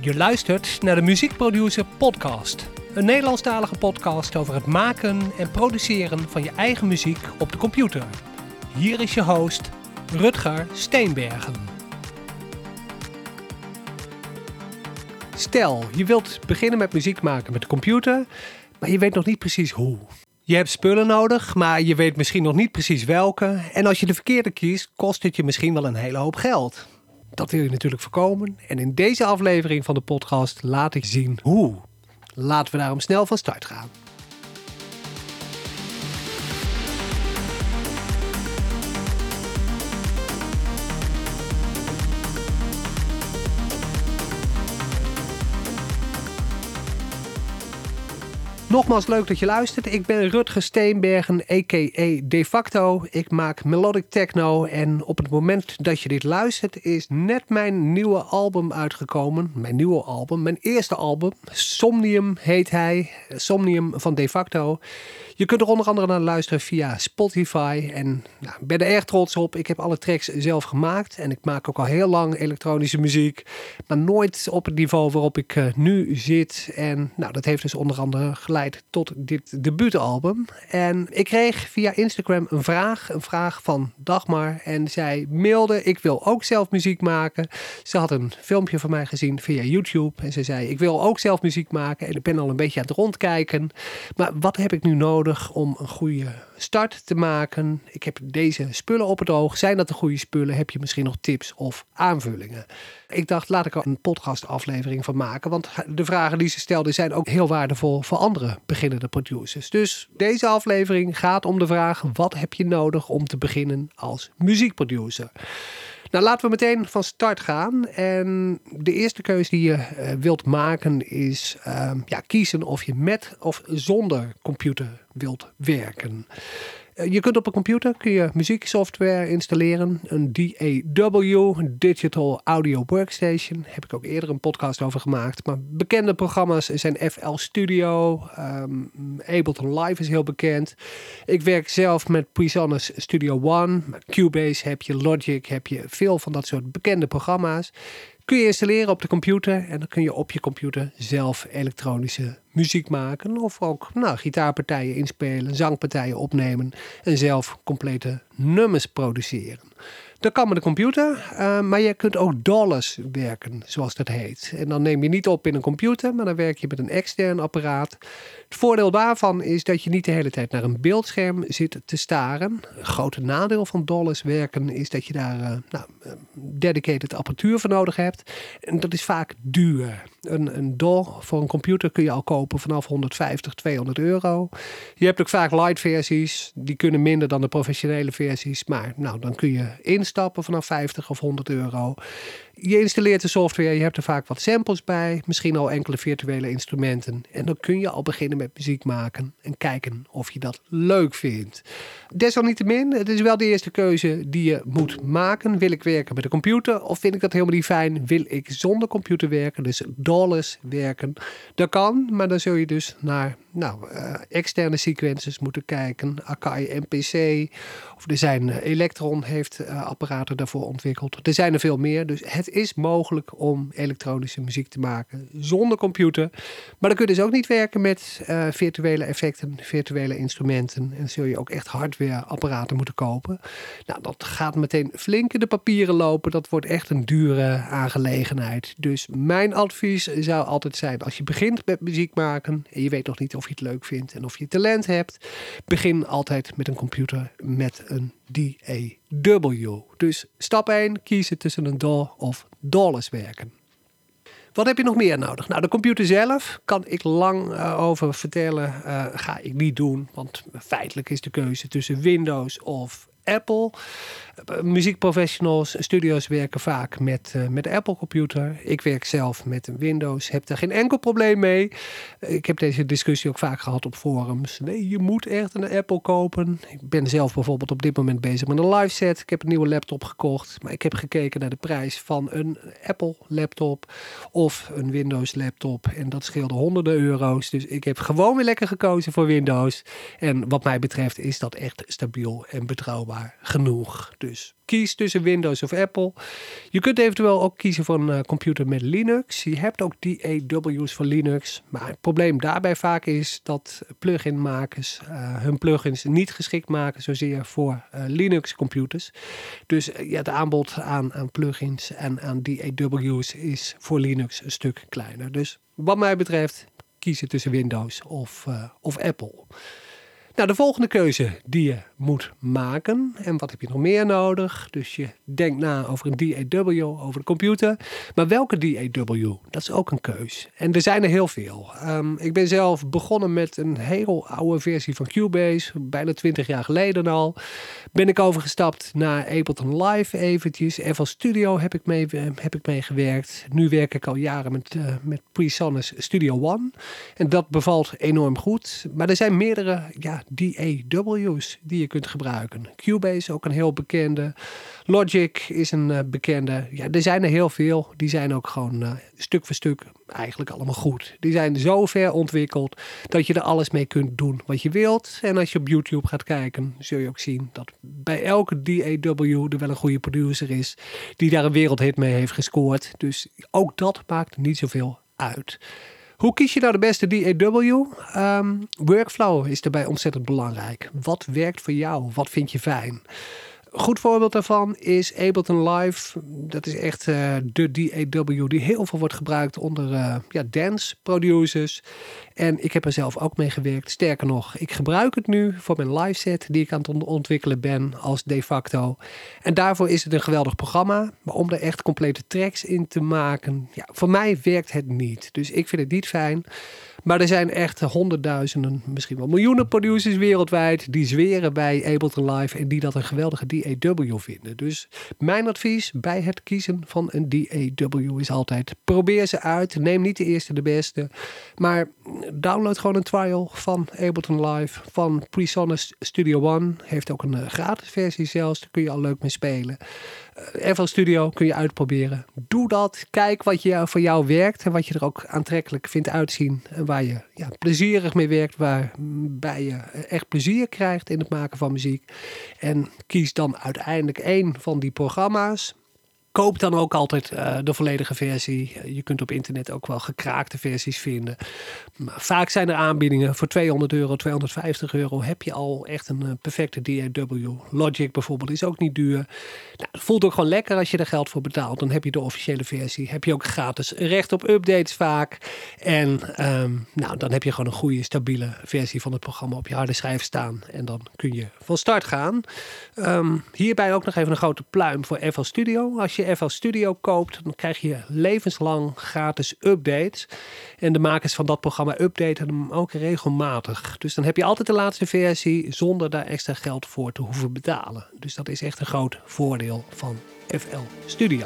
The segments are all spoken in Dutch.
Je luistert naar de Muziekproducer Podcast. Een Nederlandstalige podcast over het maken en produceren van je eigen muziek op de computer. Hier is je host, Rutger Steenbergen. Stel, je wilt beginnen met muziek maken met de computer, maar je weet nog niet precies hoe. Je hebt spullen nodig, maar je weet misschien nog niet precies welke. En als je de verkeerde kiest, kost het je misschien wel een hele hoop geld. Dat wil je natuurlijk voorkomen. En in deze aflevering van de podcast laat ik zien hoe. Laten we daarom snel van start gaan. Nogmaals leuk dat je luistert. Ik ben Rutger Steenbergen, a.k.a. De Facto. Ik maak melodic techno en op het moment dat je dit luistert is net mijn nieuwe album uitgekomen. Mijn eerste album. Somnium heet hij. Somnium van De Facto. Je kunt er onder andere naar luisteren via Spotify. En ik ben er erg trots op. Ik heb alle tracks zelf gemaakt. En ik maak ook al heel lang elektronische muziek. Maar nooit op het niveau waarop ik nu zit. En dat heeft dus onder andere geleid tot dit debuutalbum. En ik kreeg via Instagram een vraag van Dagmar. En zij mailde, ik wil ook zelf muziek maken. Ze had een filmpje van mij gezien via YouTube. En ze zei, ik wil ook zelf muziek maken. En ik ben al een beetje aan het rondkijken. Maar wat heb ik nu nodig om een goede start te maken? Ik heb deze spullen op het oog. Zijn dat de goede spullen? Heb je misschien nog tips of aanvullingen? Ik dacht, laat ik er een podcastaflevering van maken. Want de vragen die ze stelde zijn ook heel waardevol voor andere beginnende producers. Dus deze aflevering gaat om de vraag, wat heb je nodig om te beginnen als muziekproducer? Laten we meteen van start gaan. En de eerste keuze die je wilt maken is kiezen of je met of zonder computer wilt werken. Je kunt op een computer muzieksoftware installeren. Een DAW, Digital Audio Workstation. Heb ik ook eerder een podcast over gemaakt. Maar bekende programma's zijn FL Studio. Ableton Live is heel bekend. Ik werk zelf met Presonus Studio One. Met Cubase heb je, Logic heb je, veel van dat soort bekende programma's. Kun je installeren op de computer en dan kun je op je computer zelf elektronische muziek maken. Of ook gitaarpartijen inspelen, zangpartijen opnemen en zelf complete nummers produceren. Dat kan met de computer, maar je kunt ook DAWs werken, zoals dat heet. En dan neem je niet op in een computer, maar dan werk je met een extern apparaat. Het voordeel daarvan is dat je niet de hele tijd naar een beeldscherm zit te staren. Een grote nadeel van DAWs werken is dat je daar dedicated apparatuur voor nodig hebt. En dat is vaak duur. Een DAW voor een computer kun je al kopen vanaf 150, 200 euro. Je hebt ook vaak light versies, die kunnen minder dan de professionele versies. Maar dan kun je instappen vanaf 50 of 100 euro. Je installeert de software, je hebt er vaak wat samples bij, misschien al enkele virtuele instrumenten. En dan kun je al beginnen met muziek maken en kijken of je dat leuk vindt. Desalniettemin, het is wel de eerste keuze die je moet maken. Wil ik werken met een computer of vind ik dat helemaal niet fijn? Wil ik zonder computer werken, dus DAWs werken? Dat kan, maar dan zul je dus naar externe sequencers moeten kijken. Akai MPC, of er zijn Electron heeft apparaten daarvoor ontwikkeld. Er zijn er veel meer, dus het is mogelijk om elektronische muziek te maken zonder computer. Maar dan kun je dus ook niet werken met virtuele effecten, virtuele instrumenten. En dan zul je ook echt hardwareapparaten moeten kopen. Dat gaat meteen flink in de papieren lopen. Dat wordt echt een dure aangelegenheid. Dus mijn advies zou altijd zijn, als je begint met muziek maken en je weet nog niet of je het leuk vindt en of je talent hebt, begin altijd met een computer met een DAW. Dus stap 1, kiezen tussen een DAW of DAWs werken. Wat heb je nog meer nodig? De computer zelf kan ik lang over vertellen. Ga ik niet doen, want feitelijk is de keuze tussen Windows of Apple. Muziekprofessionals, studio's werken vaak met de Apple computer. Ik werk zelf met een Windows, heb daar geen enkel probleem mee. Ik heb deze discussie ook vaak gehad op forums. Nee, je moet echt een Apple kopen. Ik ben zelf bijvoorbeeld op dit moment bezig met een live set. Ik heb een nieuwe laptop gekocht, maar ik heb gekeken naar de prijs van een Apple laptop of een Windows laptop. En dat scheelde honderden euro's. Dus ik heb gewoon weer lekker gekozen voor Windows. En wat mij betreft is dat echt stabiel en betrouwbaar. betrouwbaar genoeg. Dus kies tussen Windows of Apple. Je kunt eventueel ook kiezen voor een computer met Linux. Je hebt ook DAW's voor Linux. Maar het probleem daarbij vaak is dat plugin-makers hun plugins niet geschikt maken zozeer voor Linux computers. Dus het aanbod aan plugins en aan DAW's is voor Linux een stuk kleiner. Dus wat mij betreft kiezen tussen Windows of Apple. Nou, de volgende keuze die je moet maken. En wat heb je nog meer nodig? Dus je denkt na over een DAW, over de computer. Maar welke DAW? Dat is ook een keus. En er zijn er heel veel. Ik ben zelf begonnen met een heel oude versie van Cubase. Bijna 20 jaar geleden al. Ben ik overgestapt naar Ableton Live eventjes. FL Studio heb ik mee gewerkt. Nu werk ik al jaren met PreSonus Studio One. En dat bevalt enorm goed. Maar er zijn meerdere DAW's die je kunt gebruiken. Cubase is ook een heel bekende. Logic is een bekende. Ja, er zijn er heel veel. Die zijn ook gewoon stuk voor stuk eigenlijk allemaal goed. Die zijn zo ver ontwikkeld dat je er alles mee kunt doen wat je wilt. En als je op YouTube gaat kijken, zul je ook zien dat bij elke DAW er wel een goede producer is die daar een wereldhit mee heeft gescoord. Dus ook dat maakt niet zoveel uit. Hoe kies je nou de beste DAW? Workflow is daarbij ontzettend belangrijk. Wat werkt voor jou? Wat vind je fijn? Goed voorbeeld daarvan is Ableton Live. Dat is echt de DAW die heel veel wordt gebruikt onder dance producers. En ik heb er zelf ook mee gewerkt. Sterker nog, ik gebruik het nu voor mijn live set die ik aan het ontwikkelen ben als de facto. En daarvoor is het een geweldig programma. Maar om er echt complete tracks in te maken, voor mij werkt het niet. Dus ik vind het niet fijn. Maar er zijn echt honderdduizenden, misschien wel miljoenen producers wereldwijd die zweren bij Ableton Live en die dat een geweldige DAW vinden. Dus mijn advies bij het kiezen van een DAW is altijd: probeer ze uit. Neem niet de eerste de beste. Maar download gewoon een trial van Ableton Live, van PreSonus Studio One. Heeft ook een gratis versie zelfs. Daar kun je al leuk mee spelen. FL Studio kun je uitproberen. Doe dat. Kijk wat voor jou werkt en wat je er ook aantrekkelijk vindt uitzien. En waar je plezierig mee werkt, waarbij je echt plezier krijgt in het maken van muziek. En kies dan uiteindelijk één van die programma's. Koop dan ook altijd de volledige versie. Je kunt op internet ook wel gekraakte versies vinden. Maar vaak zijn er aanbiedingen voor €200, €250. Heb je al echt een perfecte DAW. Logic bijvoorbeeld is ook niet duur. Nou, het voelt ook gewoon lekker als je er geld voor betaalt. Dan heb je de officiële versie. Heb je ook gratis recht op updates vaak. En dan heb je gewoon een goede, stabiele versie van het programma op je harde schijf staan. En dan kun je van start gaan. Hierbij ook nog even een grote pluim voor FL Studio. Als je FL Studio koopt, dan krijg je levenslang gratis updates. En de makers van dat programma updaten hem ook regelmatig. Dus dan heb je altijd de laatste versie zonder daar extra geld voor te hoeven betalen. Dus dat is echt een groot voordeel van FL Studio.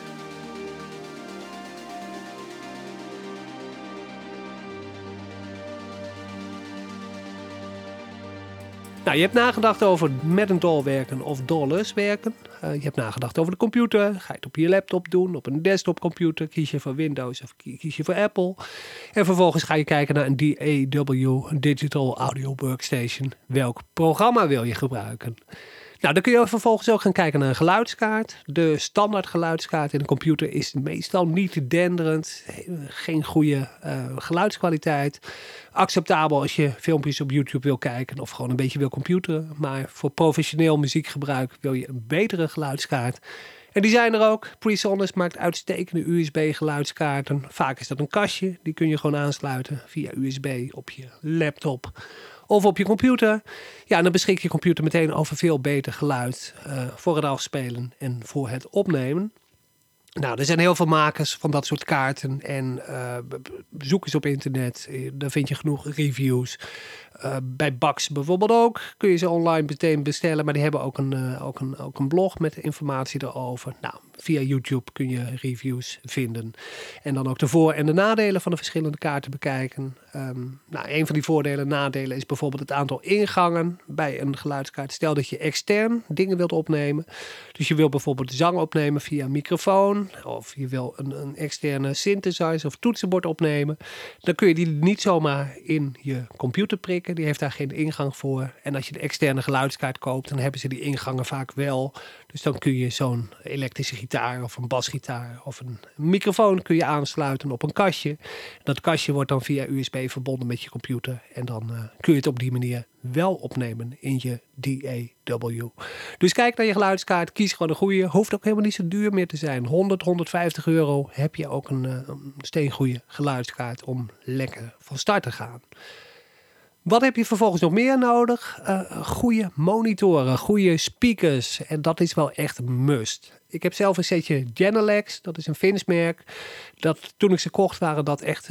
Nou, je hebt nagedacht over met een DAW werken of DAWless werken. Je hebt nagedacht over de computer. Ga je het op je laptop doen, op een desktopcomputer? Kies je voor Windows of kies je voor Apple? En vervolgens ga je kijken naar een DAW, een Digital Audio Workstation. Welk programma wil je gebruiken? Nou, dan kun je vervolgens ook gaan kijken naar een geluidskaart. De standaard geluidskaart in een computer is meestal niet denderend. Geen goede geluidskwaliteit. Acceptabel als je filmpjes op YouTube wil kijken of gewoon een beetje wil computeren. Maar voor professioneel muziekgebruik wil je een betere geluidskaart. En die zijn er ook. PreSonus maakt uitstekende USB-geluidskaarten. Vaak is dat een kastje. Die kun je gewoon aansluiten via USB op je laptop of op je computer. Ja, en dan beschikt je computer meteen over veel beter geluid voor het afspelen en voor het opnemen. Nou, er zijn heel veel makers van dat soort kaarten en zoek eens op internet. Daar vind je genoeg reviews. Bij Bax bijvoorbeeld ook kun je ze online meteen bestellen, maar die hebben ook een blog met informatie erover. Nou, via YouTube kun je reviews vinden en dan ook de voor- en de nadelen van de verschillende kaarten bekijken. Een van die voordelen en nadelen is bijvoorbeeld het aantal ingangen bij een geluidskaart. Stel dat je extern dingen wilt opnemen. Dus je wilt bijvoorbeeld zang opnemen via een microfoon. gaan, of je wil een externe synthesizer of toetsenbord opnemen, dan kun je die niet zomaar in je computer prikken. Die heeft daar geen ingang voor. En als je de externe geluidskaart koopt, dan hebben ze die ingangen vaak wel. Dus dan kun je zo'n elektrische gitaar of een basgitaar of een microfoon kun je aansluiten op een kastje. Dat kastje wordt dan via USB verbonden met je computer. En dan kun je het op die manier wel opnemen in je DAW. Dus kijk naar je geluidskaart, kies gewoon een goede. Hoeft ook helemaal niet zo duur meer te zijn. 100, 150 euro heb je ook een steengoede geluidskaart om lekker van start te gaan. Wat heb je vervolgens nog meer nodig? Goede monitoren, goede speakers. En dat is wel echt een must. Ik heb zelf een setje Genelex, dat is een Fins merk. Toen ik ze kocht waren dat echt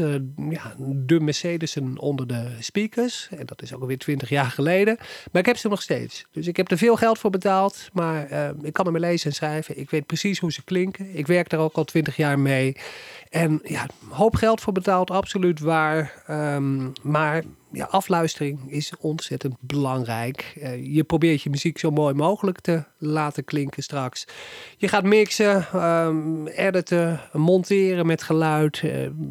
de Mercedesen onder de speakers. En dat is ook alweer 20 jaar geleden. Maar ik heb ze nog steeds. Dus ik heb er veel geld voor betaald. Maar ik kan ermee lezen en schrijven. Ik weet precies hoe ze klinken. Ik werk daar ook al 20 jaar mee. En ja, een hoop geld voor betaald, absoluut waar. Maar ja, afluistering is ontzettend belangrijk. Je probeert je muziek zo mooi mogelijk te laten klinken straks. Je gaat mixen, editen, monteren met geluid,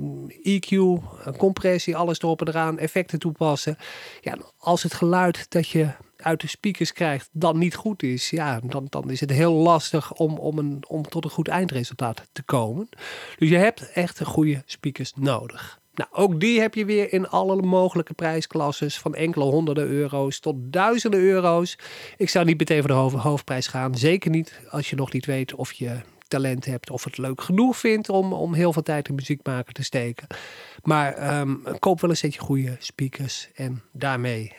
EQ, compressie, alles erop en eraan, effecten toepassen. Ja, als het geluid dat je uit de speakers krijgt dan niet goed is, ja, dan is het heel lastig om tot een goed eindresultaat te komen. Dus je hebt echt goede speakers nodig. Nou, ook die heb je weer in alle mogelijke prijsklasses, van enkele honderden euro's tot duizenden euro's. Ik zou niet meteen voor de hoofdprijs gaan. Zeker niet als je nog niet weet of je talent hebt of het leuk genoeg vindt om heel veel tijd in muziek maken te steken. Maar koop wel een setje goede speakers en daarmee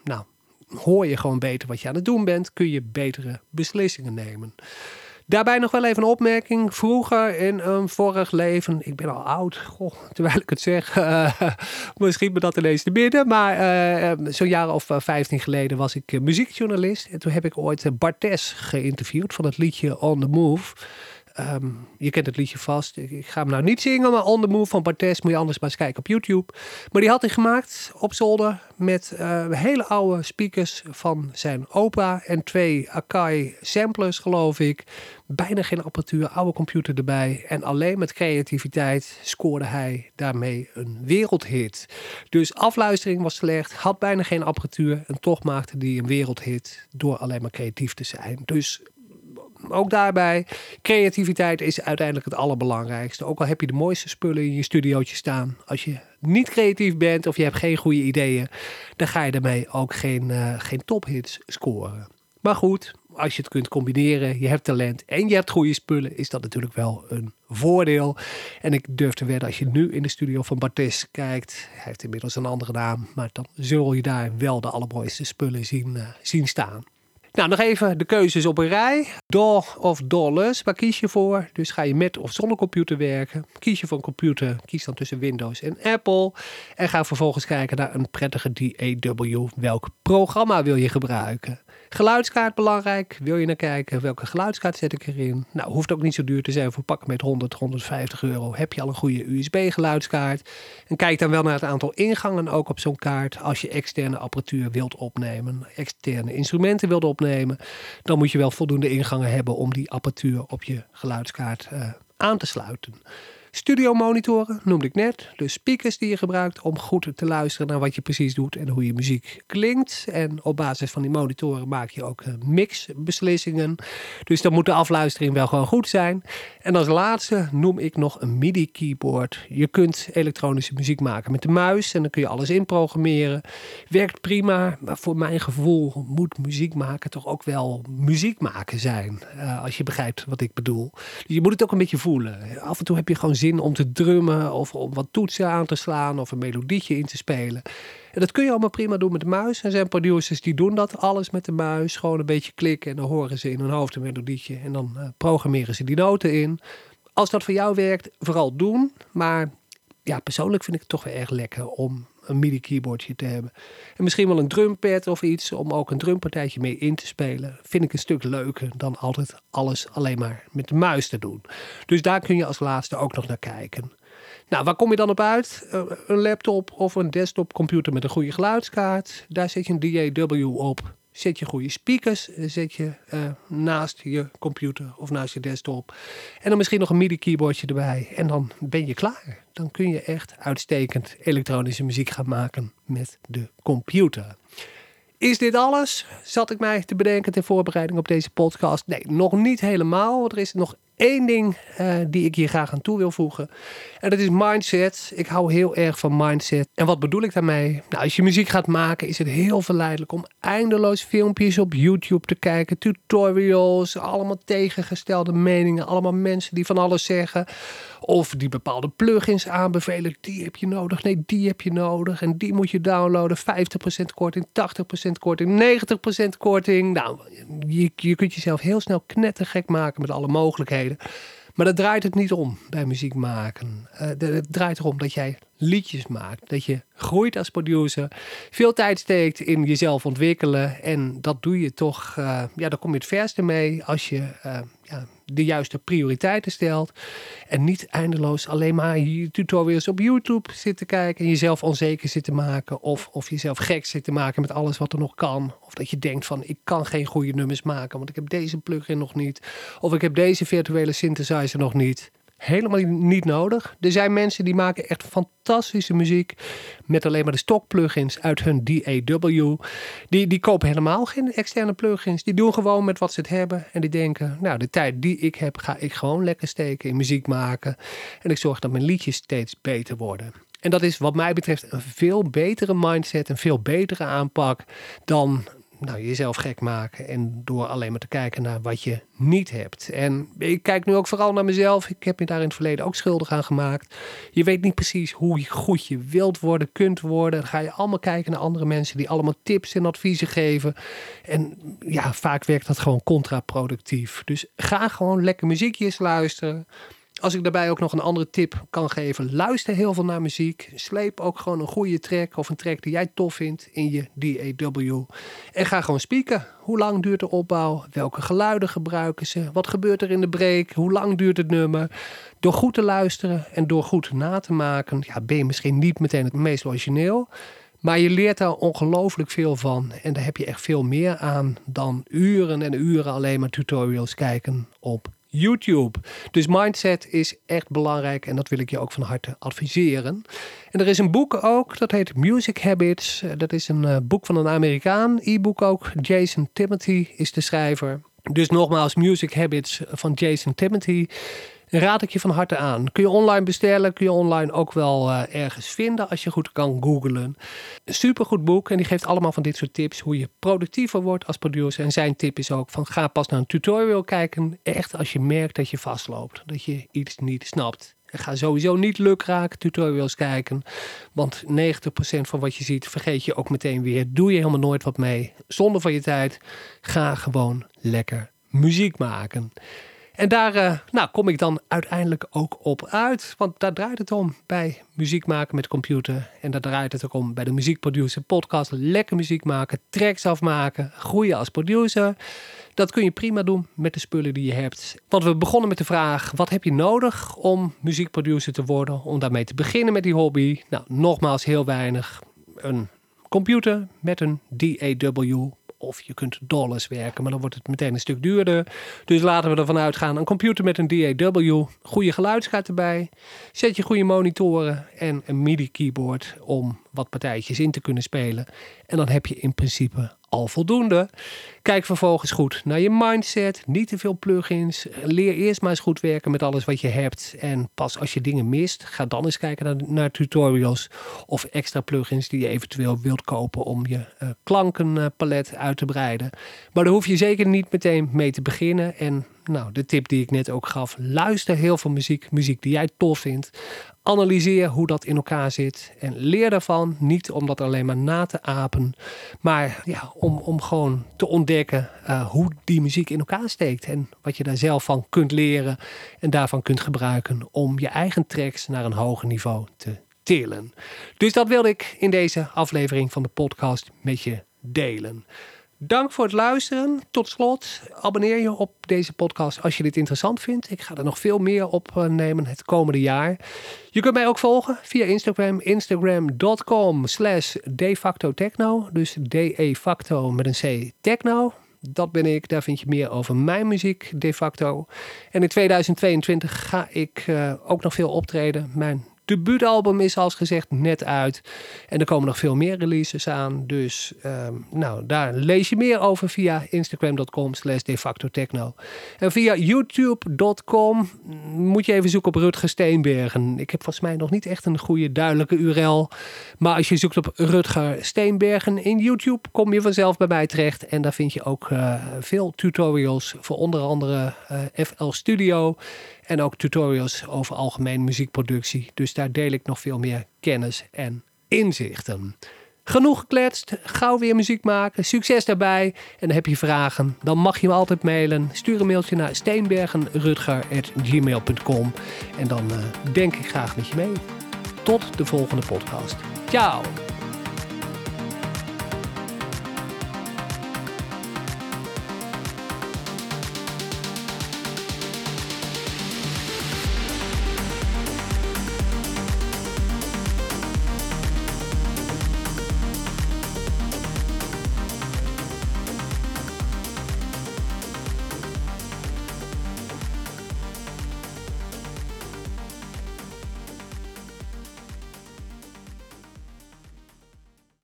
hoor je gewoon beter wat je aan het doen bent. Kun je betere beslissingen nemen. Daarbij nog wel even een opmerking. Vroeger in een vorig leven, ik ben al oud, terwijl ik het zeg, misschien me dat ineens te binnen. Maar zo'n jaar of 15 geleden was ik muziekjournalist. En toen heb ik ooit Bartes geïnterviewd van het liedje On The Move. Je kent het liedje vast. Ik ga hem nou niet zingen, maar On The Move van Bartes moet je anders maar eens kijken op YouTube. Maar die had hij gemaakt op zolder met hele oude speakers van zijn opa en 2 Akai samplers, geloof ik. Bijna geen apparatuur, oude computer erbij. En alleen met creativiteit scoorde hij daarmee een wereldhit. Dus afluistering was slecht, had bijna geen apparatuur en toch maakte hij een wereldhit door alleen maar creatief te zijn. Dus ook daarbij, creativiteit is uiteindelijk het allerbelangrijkste. Ook al heb je de mooiste spullen in je studiootje staan. Als je niet creatief bent of je hebt geen goede ideeën, dan ga je daarmee ook geen tophits scoren. Maar goed, als je het kunt combineren, je hebt talent en je hebt goede spullen, is dat natuurlijk wel een voordeel. En ik durf te wedden, als je nu in de studio van Bartes kijkt, hij heeft inmiddels een andere naam, maar dan zul je daar wel de allermooiste spullen zien staan. Nou, nog even de keuzes op een rij. DAW of DAW-less, waar kies je voor? Dus ga je met of zonder computer werken? Kies je voor een computer, kies dan tussen Windows en Apple. En ga vervolgens kijken naar een prettige DAW. Welk programma wil je gebruiken? Geluidskaart belangrijk. Wil je naar kijken? Welke geluidskaart zet ik erin? Nou, hoeft ook niet zo duur te zijn. Voor pakken met 100, 150 euro heb je al een goede USB-geluidskaart. En kijk dan wel naar het aantal ingangen ook op zo'n kaart. Als je externe apparatuur wilt opnemen, externe instrumenten wilt opnemen, dan moet je wel voldoende ingangen hebben om die apparatuur op je geluidskaart aan te sluiten. Studio monitoren noemde ik net. Dus speakers die je gebruikt om goed te luisteren naar wat je precies doet en hoe je muziek klinkt. En op basis van die monitoren maak je ook mixbeslissingen. Dus dan moet de afluistering wel gewoon goed zijn. En als laatste noem ik nog een MIDI keyboard. Je kunt elektronische muziek maken met de muis en dan kun je alles inprogrammeren. Werkt prima, maar voor mijn gevoel moet muziek maken toch ook wel muziek maken zijn. Als je begrijpt wat ik bedoel. Dus je moet het ook een beetje voelen. Af en toe heb je gewoon zin om te drummen of om wat toetsen aan te slaan of een melodietje in te spelen. En dat kun je allemaal prima doen met de muis. Er zijn producers die doen dat alles met de muis. Gewoon een beetje klikken en dan horen ze in hun hoofd een melodietje. En dan programmeren ze die noten in. Als dat voor jou werkt, vooral doen. Maar ja, persoonlijk vind ik het toch wel erg lekker om een MIDI keyboardje te hebben. En misschien wel een drumpad of iets om ook een drumpartijtje mee in te spelen. Vind ik een stuk leuker dan altijd alles alleen maar met de muis te doen. Dus daar kun je als laatste ook nog naar kijken. Nou, waar kom je dan op uit? Een laptop of een desktopcomputer met een goede geluidskaart. Daar zet je een DAW op. Zet je goede speakers, zet je naast je computer of naast je desktop. En dan misschien nog een MIDI-keyboardje erbij. En dan ben je klaar. Dan kun je echt uitstekend elektronische muziek gaan maken met de computer. Is dit alles? Zat ik mij te bedenken ter voorbereiding op deze podcast? Nee, nog niet helemaal. Er is nog één ding die ik hier graag aan toe wil voegen. En dat is mindset. Ik hou heel erg van mindset. En wat bedoel ik daarmee? Nou, als je muziek gaat maken is het heel verleidelijk om eindeloos filmpjes op YouTube te kijken. Tutorials, allemaal tegengestelde meningen. Allemaal mensen die van alles zeggen. Of die bepaalde plugins aanbevelen. Die heb je nodig. Nee, die heb je nodig. En die moet je downloaden. 50% korting, 80% korting, 90% korting. Nou, je kunt jezelf heel snel knettergek maken met alle mogelijkheden. Maar daar draait het niet om bij muziek maken. Het draait erom dat jij liedjes maakt. Dat je groeit als producer. Veel tijd steekt in jezelf ontwikkelen. En dat doe je toch, daar kom je het verste mee als je de juiste prioriteiten stelt. En niet eindeloos alleen maar je tutorials op YouTube zit te kijken. En jezelf onzeker zit te maken. Of jezelf gek zit te maken met alles wat er nog kan. Of dat je denkt van ik kan geen goede nummers maken. Want ik heb deze plugin nog niet. Of ik heb deze virtuele synthesizer nog niet. Helemaal niet nodig. Er zijn mensen die maken echt fantastische muziek met alleen maar de stock plugins uit hun DAW. Die kopen helemaal geen externe plugins. Die doen gewoon met wat ze het hebben. En die denken, nou de tijd die ik heb ga ik gewoon lekker steken in muziek maken. En ik zorg dat mijn liedjes steeds beter worden. En dat is wat mij betreft een veel betere mindset, een veel betere aanpak dan jezelf gek maken en door alleen maar te kijken naar wat je niet hebt. En ik kijk nu ook vooral naar mezelf. Ik heb me daar in het verleden ook schuldig aan gemaakt. Je weet niet precies hoe goed je wilt worden, kunt worden. Dan ga je allemaal kijken naar andere mensen die allemaal tips en adviezen geven. En ja, vaak werkt dat gewoon contraproductief. Dus ga gewoon lekker muziekjes luisteren. Als ik daarbij ook nog een andere tip kan geven, luister heel veel naar muziek. Sleep ook gewoon een goede track of een track die jij tof vindt in je DAW. En ga gewoon spieken. Hoe lang duurt de opbouw? Welke geluiden gebruiken ze? Wat gebeurt er in de break? Hoe lang duurt het nummer? Door goed te luisteren en door goed na te maken, ben je misschien niet meteen het meest origineel. Maar je leert daar ongelooflijk veel van. En daar heb je echt veel meer aan dan uren en uren alleen maar tutorials kijken op YouTube. Dus mindset is echt belangrijk en dat wil ik je ook van harte adviseren. En er is een boek ook, dat heet Music Habits. Dat is een boek van een Amerikaan, e-book ook. Jason Timothy is de schrijver. Dus nogmaals, Music Habits van Jason Timothy. Raad ik je van harte aan. Kun je online bestellen, kun je online ook wel ergens vinden als je goed kan googlen. Een supergoed boek en die geeft allemaal van dit soort tips hoe je productiever wordt als producer. En zijn tip is ook van ga pas naar een tutorial kijken. Echt als je merkt dat je vastloopt, dat je iets niet snapt. En ga sowieso niet lukraak tutorials kijken. Want 90% van wat je ziet vergeet je ook meteen weer. Doe je helemaal nooit wat mee. Zonde van je tijd. Ga gewoon lekker muziek maken. En daar kom ik dan uiteindelijk ook op uit. Want daar draait het om bij muziek maken met computer. En daar draait het ook om bij de muziekproducer podcast. Lekker muziek maken, tracks afmaken, groeien als producer. Dat kun je prima doen met de spullen die je hebt. Want we begonnen met de vraag, wat heb je nodig om muziekproducer te worden? Om daarmee te beginnen met die hobby. Nou, nogmaals heel weinig. Een computer met een DAW. Of je kunt dollars werken, maar dan wordt het meteen een stuk duurder. Dus laten we ervan uitgaan. Een computer met een DAW, goede geluidskaart erbij. Zet je goede monitoren en een MIDI-keyboard om wat partijtjes in te kunnen spelen. En dan heb je in principe al voldoende. Kijk vervolgens goed naar je mindset. Niet te veel plugins. Leer eerst maar eens goed werken met alles wat je hebt. En pas als je dingen mist, ga dan eens kijken naar tutorials of extra plugins die je eventueel wilt kopen om je klankenpalet uit te breiden. Maar daar hoef je zeker niet meteen mee te beginnen. En de tip die ik net ook gaf, luister heel veel muziek die jij tof vindt. Analyseer hoe dat in elkaar zit en leer daarvan. Niet om dat alleen maar na te apen, maar om gewoon te ontdekken hoe die muziek in elkaar steekt. En wat je daar zelf van kunt leren en daarvan kunt gebruiken om je eigen tracks naar een hoger niveau te tillen. Dus dat wilde ik in deze aflevering van de podcast met je delen. Dank voor het luisteren. Tot slot, abonneer je op deze podcast als je dit interessant vindt. Ik ga er nog veel meer op nemen het komende jaar. Je kunt mij ook volgen via Instagram. Instagram.com/defactotechno. Dus de-facto met een C techno. Dat ben ik. Daar vind je meer over mijn muziek, de facto. En in 2022 ga ik ook nog veel optreden. Mijn debuutalbum is als gezegd net uit. En er komen nog veel meer releases aan. Dus daar lees je meer over via Instagram.com/defactotechno. En via YouTube.com moet je even zoeken op Rutger Steenbergen. Ik heb volgens mij nog niet echt een goede duidelijke URL. Maar als je zoekt op Rutger Steenbergen in YouTube, kom je vanzelf bij mij terecht. En daar vind je ook veel tutorials voor onder andere FL Studio. En ook tutorials over algemeen muziekproductie. Dus daar deel ik nog veel meer kennis en inzichten. Genoeg gekletst. Gauw weer muziek maken. Succes daarbij. En heb je vragen, dan mag je me altijd mailen. Stuur een mailtje naar steenbergenrutger@gmail.com. En dan denk ik graag met je mee. Tot de volgende podcast. Ciao.